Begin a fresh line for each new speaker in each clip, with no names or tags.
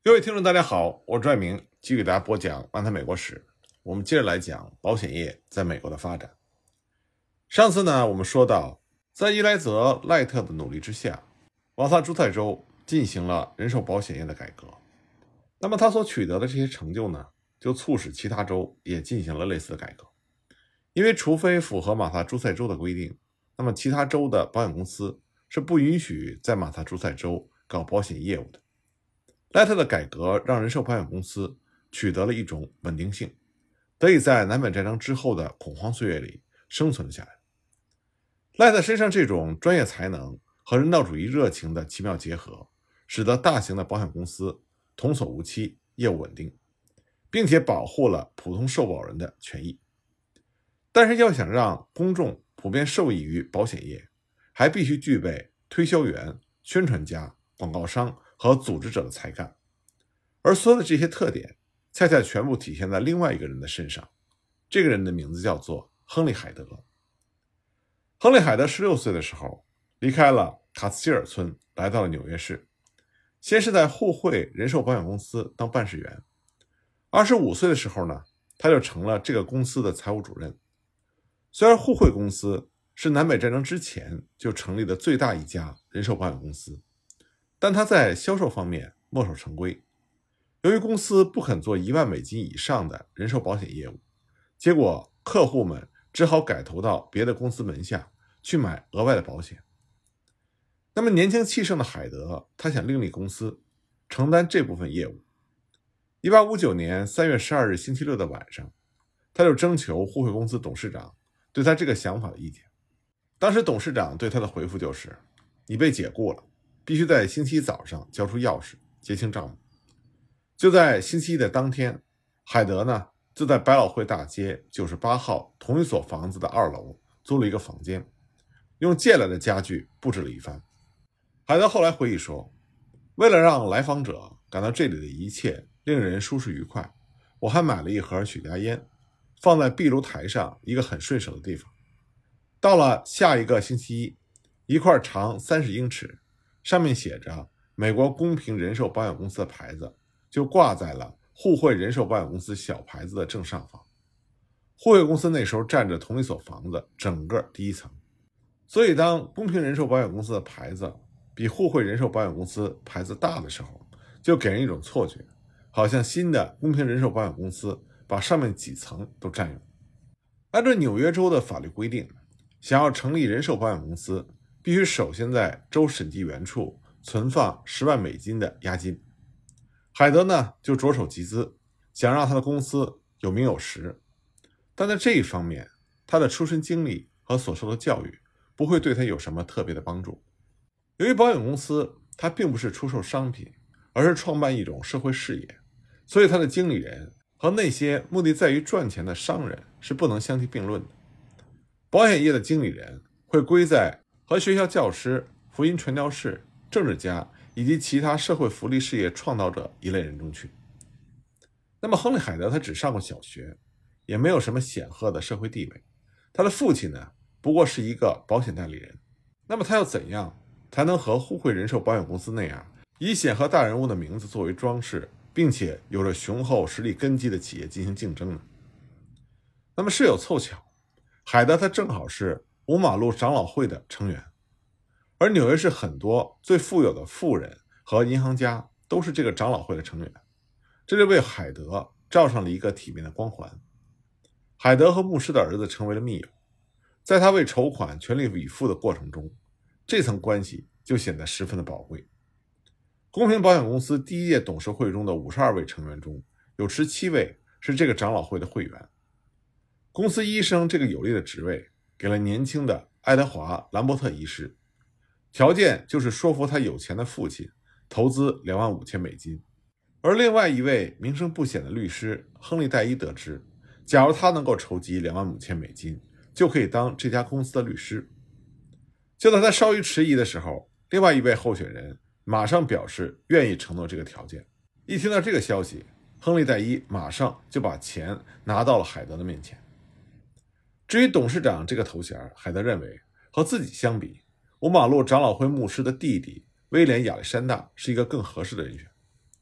各位听众大家好，我是拽明，继续给大家播讲漫谈美国史。我们接着来讲保险业在美国的发展。上次呢，我们说到在伊莱泽赖特的努力之下，马萨诸塞州进行了人寿保险业的改革。那么他所取得的这些成就呢，就促使其他州也进行了类似的改革。因为除非符合马萨诸塞州的规定，那么其他州的保险公司是不允许在马萨诸塞州搞保险业务的。赖特的改革让人寿保险公司取得了一种稳定性，得以在南北战争之后的恐慌岁月里生存了下来。赖特身上这种专业才能和人道主义热情的奇妙结合，使得大型的保险公司童叟无欺，业务稳定，并且保护了普通受保人的权益。但是要想让公众普遍受益于保险业，还必须具备推销员、宣传家、广告商和组织者的才干，而所有的这些特点恰恰全部体现在另外一个人的身上。这个人的名字叫做亨利·海德。亨利·海德16岁的时候离开了卡斯希尔村，来到了纽约市，先是在互惠人寿保险公司当办事员。25岁的时候呢，他就成了这个公司的财务主任。虽然互惠公司是南北战争之前就成立的最大一家人寿保险公司，但他在销售方面墨守成规。由于公司不肯做$10,000以上的人寿保险业务，结果客户们只好改投到别的公司门下去买额外的保险。那么年轻气盛的海德，他想另立公司，承担这部分业务。1859年3月12日星期六的晚上，他就征求互惠公司董事长对他这个想法的意见。当时董事长对他的回复就是：你被解雇了，必须在星期一早上交出钥匙，结清账目。就在星期一的当天，海德呢就在百老汇大街98号同一所房子的2楼租了一个房间，用借来的家具布置了一番。海德后来回忆说，为了让来访者感到这里的一切令人舒适愉快，我还买了一盒雪茄烟，放在壁炉台上一个很顺手的地方。到了下一个星期一，一块长30英尺，上面写着美国公平人寿保险公司的牌子就挂在了互惠人寿保险公司小牌子的正上方。互惠公司那时候占着同一所房子整个第一层，所以当公平人寿保险公司的牌子比互惠人寿保险公司牌子大的时候，就给人一种错觉，好像新的公平人寿保险公司把上面几层都占用。按照纽约州的法律规定，想要成立人寿保险公司，必须首先在州审计员处存放$100,000的押金。海德呢就着手集资，想让他的公司有名有实。但在这一方面，他的出身经历和所受的教育不会对他有什么特别的帮助。由于保险公司它并不是出售商品，而是创办一种社会事业，所以他的经理人和那些目的在于赚钱的商人是不能相提并论的。保险业的经理人会归在和学校教师、福音传教士、政治家以及其他社会福利事业创造者一类人中去。那么亨利·海德他只上过小学，也没有什么显赫的社会地位。他的父亲呢，不过是一个保险代理人。那么他要怎样才能和互惠人寿保险公司那样，以显赫大人物的名字作为装饰，并且有着雄厚实力根基的企业进行竞争呢？那么事有凑巧，海德他正好是五马路长老会的成员，而纽约市很多最富有的富人和银行家都是这个长老会的成员，这就为海德罩上了一个体面的光环。海德和牧师的儿子成为了密友，在他为筹款全力以赴的过程中，这层关系就显得十分的宝贵。公平保险公司第一届董事会中的52位成员中，有17位是这个长老会的会员。公司医生这个有利的职位给了年轻的爱德华·兰伯特医师，条件就是说服他有钱的父亲投资$25,000。而另外一位名声不显的律师亨利·戴伊得知，假如他能够筹集$25,000，就可以当这家公司的律师。就在他稍一迟疑的时候，另外一位候选人马上表示愿意承诺这个条件。一听到这个消息，亨利·戴伊马上就把钱拿到了海德的面前。至于董事长这个头衔，海德认为和自己相比，五马路长老会牧师的弟弟威廉·亚历山大是一个更合适的人选。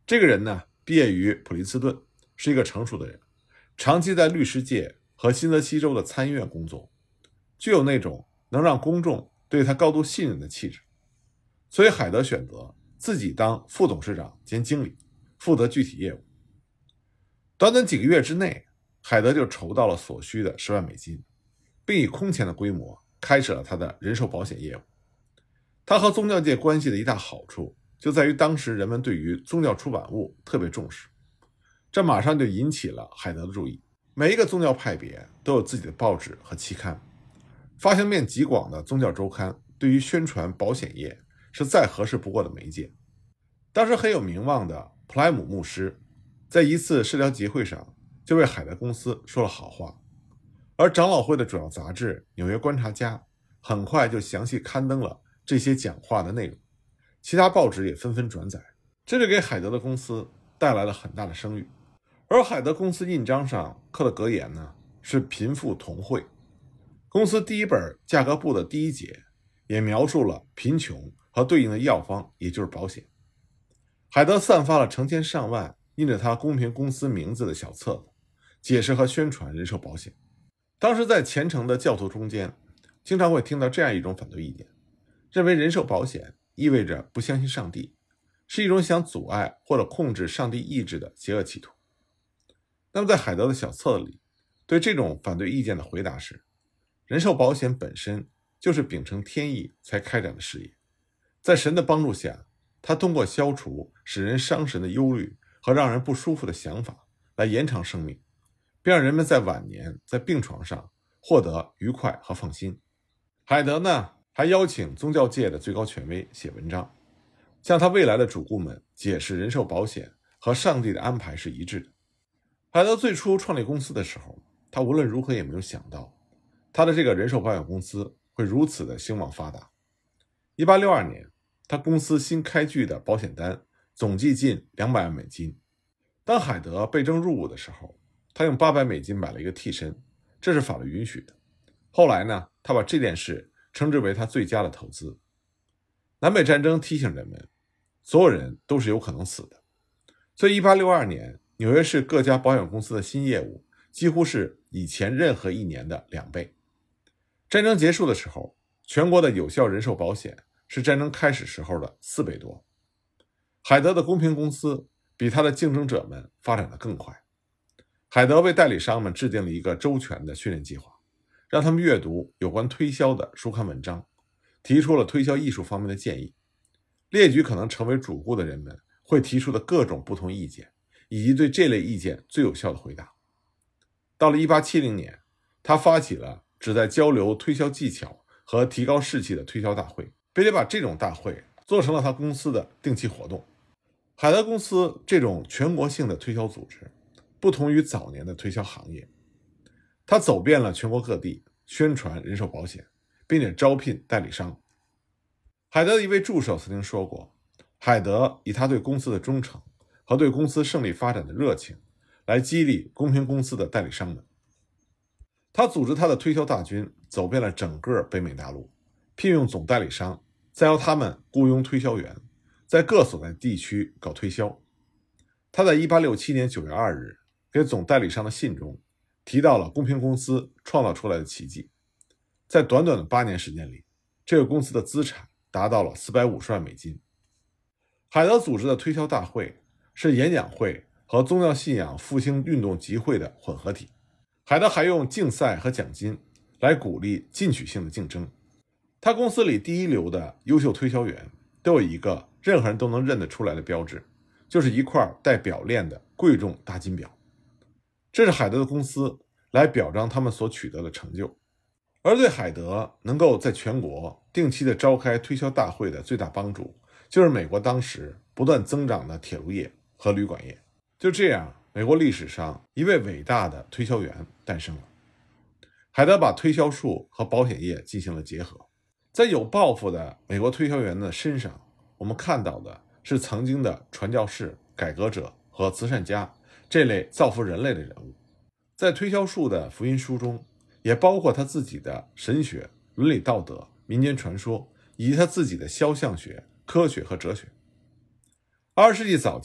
这个人呢，毕业于普林斯顿，是一个成熟的人，长期在律师界和新泽西州的参议院工作，具有那种能让公众对他高度信任的气质。所以海德选择自己当副董事长兼经理，负责具体业务。短短几个月之内，海德就筹到了所需的10万美金，并以空前的规模开始了他的人寿保险业务。他和宗教界关系的一大好处就在于当时人们对于宗教出版物特别重视，这马上就引起了海德的注意。每一个宗教派别都有自己的报纸和期刊，发行面极广的宗教周刊对于宣传保险业是再合适不过的媒介。当时很有名望的普莱姆牧师在一次社交集会上就为海德公司说了好话，而长老会的主要杂志《纽约观察家》很快就详细刊登了这些讲话的内容，其他报纸也纷纷转载，这就给海德的公司带来了很大的声誉。而海德公司印章上刻的格言呢，是贫富同惠。公司第一本价格簿的第1节也描述了贫穷和对应的药方，也就是保险。海德散发了成千上万印着他公平公司名字的小册子，解释和宣传人寿保险。当时在虔诚的教徒中间，经常会听到这样一种反对意见，认为人寿保险意味着不相信上帝，是一种想阻碍或者控制上帝意志的邪恶企图。那么在海德的小册子里，对这种反对意见的回答是，人寿保险本身就是秉承天意才开展的事业，在神的帮助下，他通过消除使人伤神的忧虑和让人不舒服的想法来延长生命，并让人们在晚年在病床上获得愉快和放心。海德呢，还邀请宗教界的最高权威写文章，向他未来的主顾们解释人寿保险和上帝的安排是一致的。海德最初创立公司的时候，他无论如何也没有想到他的这个人寿保险公司会如此的兴旺发达。1862年，他公司新开具的保险单总计近200万美金。当海德被征入伍的时候，他用800美金买了一个替身，这是法律允许的。后来呢，他把这件事称之为他最佳的投资。南北战争提醒人们，所有人都是有可能死的，所以1862年纽约市各家保险公司的新业务几乎是以前任何一年的2倍。战争结束的时候，全国的有效人寿保险是战争开始时候的4倍多。海德的公平公司比他的竞争者们发展得更快。海德为代理商们制定了一个周全的训练计划，让他们阅读有关推销的书刊文章，提出了推销艺术方面的建议，列举可能成为主顾的人们会提出的各种不同意见，以及对这类意见最有效的回答。到了1870年，他发起了旨在交流推销技巧和提高士气的推销大会，并且把这种大会做成了他公司的定期活动。海德公司这种全国性的推销组织不同于早年的推销行业，他走遍了全国各地宣传人寿保险，并且招聘代理商。海德的一位助手曾经说过，海德以他对公司的忠诚和对公司胜利发展的热情来激励公平公司的代理商们。他组织他的推销大军走遍了整个北美大陆，聘用总代理商，再由他们雇佣推销员，在各所在地区搞推销。他在1867年9月2日给总代理商的信中提到了公平公司创造出来的奇迹。在短短的8年时间里，这个公司的资产达到了450万美金。海德组织的推销大会是演讲会和宗教信仰复兴运动集会的混合体。海德还用竞赛和奖金来鼓励进取性的竞争。他公司里第一流的优秀推销员都有一个任何人都能认得出来的标志，就是一块带表链的贵重大金表。这是海德的公司来表彰他们所取得的成就。而对海德能够在全国定期的召开推销大会的最大帮助，就是美国当时不断增长的铁路业和旅馆业。就这样，美国历史上一位伟大的推销员诞生了。海德把推销术和保险业进行了结合。在有抱负的美国推销员的身上，我们看到的是曾经的传教士、改革者和慈善家这类造福人类的人物。在推销术的福音书中，也包括他自己的神学、伦理道德、民间传说，以及他自己的肖像学、科学和哲学。20世纪早期，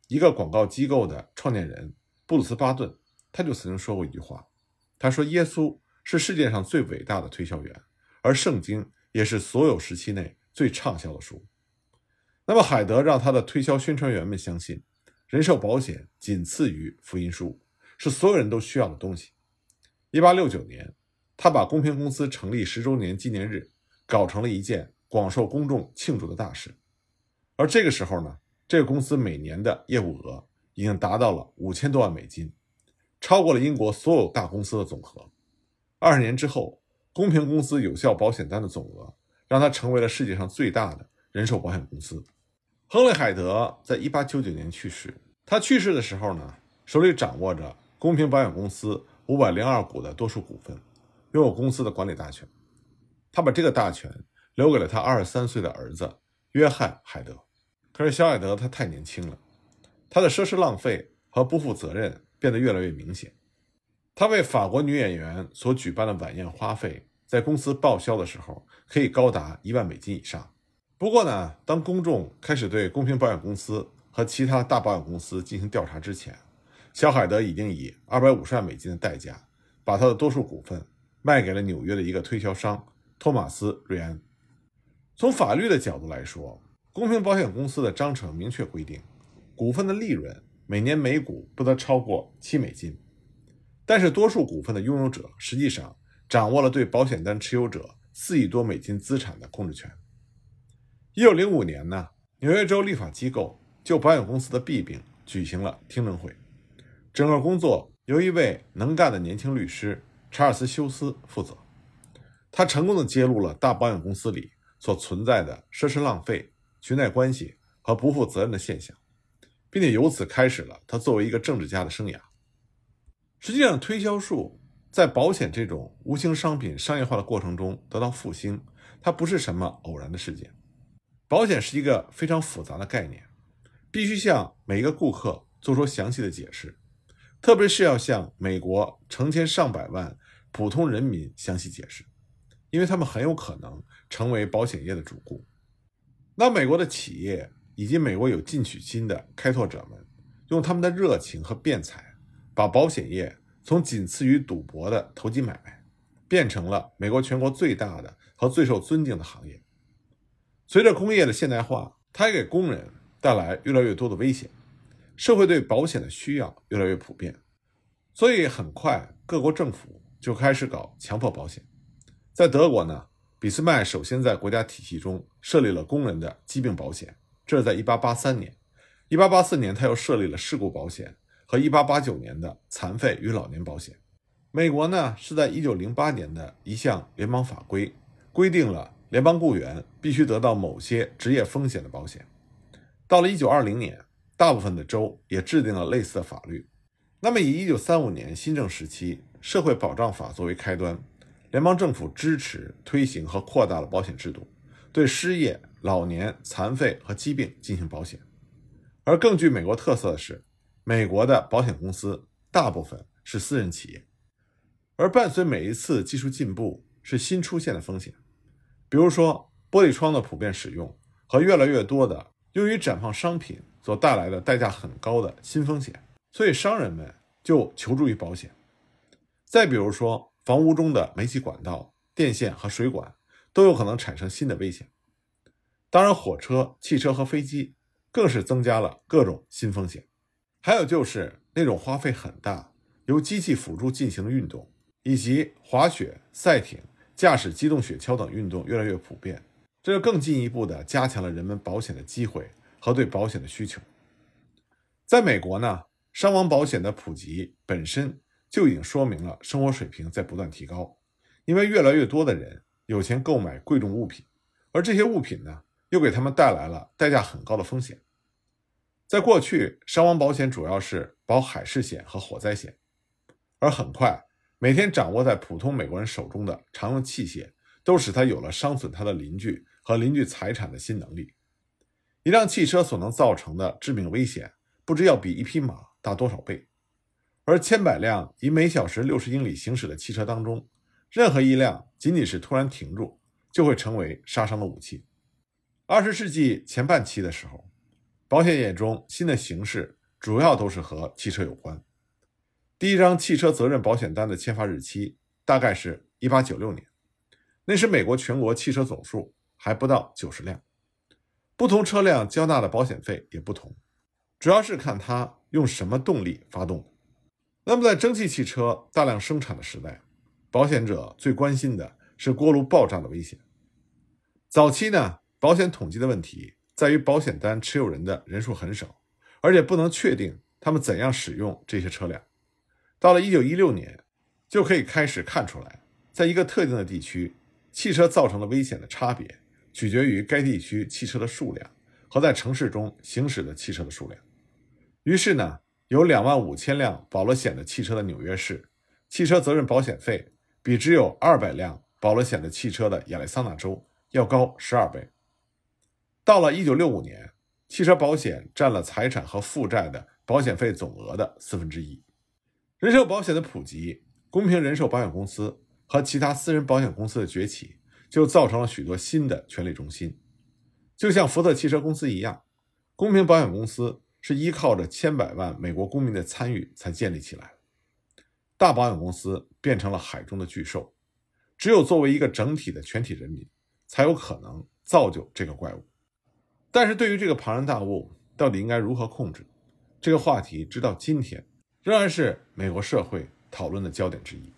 一个广告机构的创建人布鲁斯·巴顿，他就曾经说过一句话，他说耶稣是世界上最伟大的推销员，而圣经也是所有时期内最畅销的书。那么海德让他的推销宣传员们相信，人寿保险仅次于福音书，是所有人都需要的东西。1869年，他把公平公司成立10周年纪念日搞成了一件广受公众庆祝的大事。而这个时候呢，这个公司每年的业务额已经达到了5000多万美金，超过了英国所有大公司的总和。20年之后，公平公司有效保险单的总额让它成为了世界上最大的人寿保险公司。亨利·海德在1899年去世，他去世的时候呢，手里掌握着公平保险公司502股的多数股份，拥有公司的管理大权。他把这个大权留给了他23岁的儿子约翰·海德。可是小海德他太年轻了，他的奢侈浪费和不负责任变得越来越明显。他为法国女演员所举办的晚宴花费，在公司报销的时候可以高达1万美金以上。不过呢，当公众开始对公平保险公司和其他大保险公司进行调查之前，小海德已经以250万美金的代价把他的多数股份卖给了纽约的一个推销商托马斯·瑞安。从法律的角度来说，公平保险公司的章程明确规定，股份的利润每年每股不得超过7美金。但是多数股份的拥有者实际上掌握了对保险单持有者4亿多美金资产的控制权。1905年呢，纽约州立法机构就保险公司的弊病举行了听证会，整个工作由一位能干的年轻律师查尔斯·休斯负责。他成功地揭露了大保险公司里所存在的奢侈浪费、裙带关系和不负责任的现象，并且由此开始了他作为一个政治家的生涯。实际上，推销术在保险这种无形商品商业化的过程中得到复兴，它不是什么偶然的事件。保险是一个非常复杂的概念，必须向每一个顾客做出详细的解释，特别是要向美国成千上百万普通人民详细解释，因为他们很有可能成为保险业的主顾。那美国的企业以及美国有进取心的开拓者们，用他们的热情和辩才，把保险业从仅次于赌博的投机买卖，变成了美国全国最大的和最受尊敬的行业。随着工业的现代化，它也给工人带来越来越多的危险，社会对保险的需要越来越普遍，所以很快各国政府就开始搞强迫保险。在德国呢，俾斯麦首先在国家体系中设立了工人的疾病保险，这是在1883年。1884年他又设立了事故保险和1889年的残废与老年保险。美国呢，是在1908年的一项联邦法规规定了联邦雇员必须得到某些职业风险的保险。到了1920年，大部分的州也制定了类似的法律。那么以1935年新政时期社会保障法作为开端，联邦政府支持、推行和扩大了保险制度，对失业、老年、残废和疾病进行保险。而更具美国特色的是，美国的保险公司大部分是私人企业，而伴随每一次技术进步是新出现的风险，比如说玻璃窗的普遍使用和越来越多的用于展放商品所带来的代价很高的新风险，所以商人们就求助于保险。再比如说房屋中的煤气管道、电线和水管都有可能产生新的危险。当然火车、汽车和飞机更是增加了各种新风险。还有就是那种花费很大、由机器辅助进行的运动，以及滑雪、赛艇、驾驶机动雪橇等运动越来越普遍，这就更进一步地加强了人们保险的机会和对保险的需求。在美国呢，伤亡保险的普及本身就已经说明了生活水平在不断提高，因为越来越多的人有钱购买贵重物品，而这些物品呢，又给他们带来了代价很高的风险。在过去，伤亡保险主要是保海事险和火灾险，而很快，每天掌握在普通美国人手中的常用器械都使他有了伤损他的邻居和邻居财产的新能力。一辆汽车所能造成的致命危险不知要比一匹马大多少倍，而千百辆以每小时60英里行驶的汽车当中，任何一辆仅仅是突然停住，就会成为杀伤的武器。20世纪前半期的时候， 保险业中新的形式主要都是和汽车有关。第一张汽车责任保险单的签发日期大概是1896年，那时美国全国汽车总数还不到90辆，不同车辆交纳的保险费也不同，主要是看它用什么动力发动的。那么在蒸汽汽车大量生产的时代，保险者最关心的是锅炉爆炸的危险。早期呢，保险统计的问题在于保险单持有人的人数很少，而且不能确定他们怎样使用这些车辆。到了1916年，就可以开始看出来，在一个特定的地区，汽车造成的危险的差别取决于该地区汽车的数量和在城市中行驶的汽车的数量。于是呢，有25000辆保了险的汽车的纽约市，汽车责任保险费比只有200辆保了险的汽车的亚利桑那州要高12倍。到了1965年，汽车保险占了财产和负债的保险费总额的1/4。人寿保险的普及，公平人寿保险公司和其他私人保险公司的崛起，就造成了许多新的权力中心。就像福特汽车公司一样，公平保险公司是依靠着千百万美国公民的参与才建立起来的。大保险公司变成了海中的巨兽，只有作为一个整体的全体人民，才有可能造就这个怪物。但是对于这个庞然大物，到底应该如何控制，这个话题直到今天仍然是美国社会讨论的焦点之一。